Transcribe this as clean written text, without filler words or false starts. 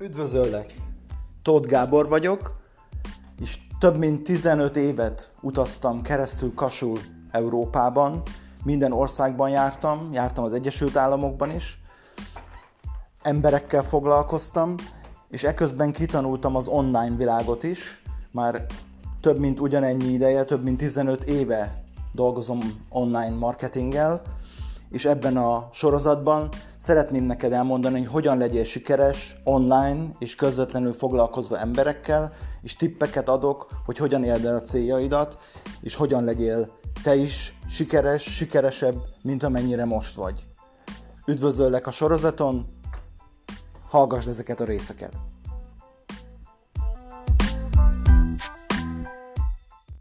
Üdvözöllek! Tóth Gábor vagyok, és több mint 15 évet utaztam keresztül Kasul Európában. Minden országban jártam az Egyesült Államokban is. Emberekkel foglalkoztam, és eközben kitanultam az online világot is. Már több mint ugyanennyi ideje, több mint 15 éve dolgozom online marketinggel, és ebben a sorozatban szeretném neked elmondani, hogy hogyan legyél sikeres online és közvetlenül foglalkozva emberekkel, és tippeket adok, hogy hogyan érd el a céljaidat, és hogyan legyél te is sikeresebb, mint amennyire most vagy. Üdvözöllek a sorozaton, hallgassd ezeket a részeket!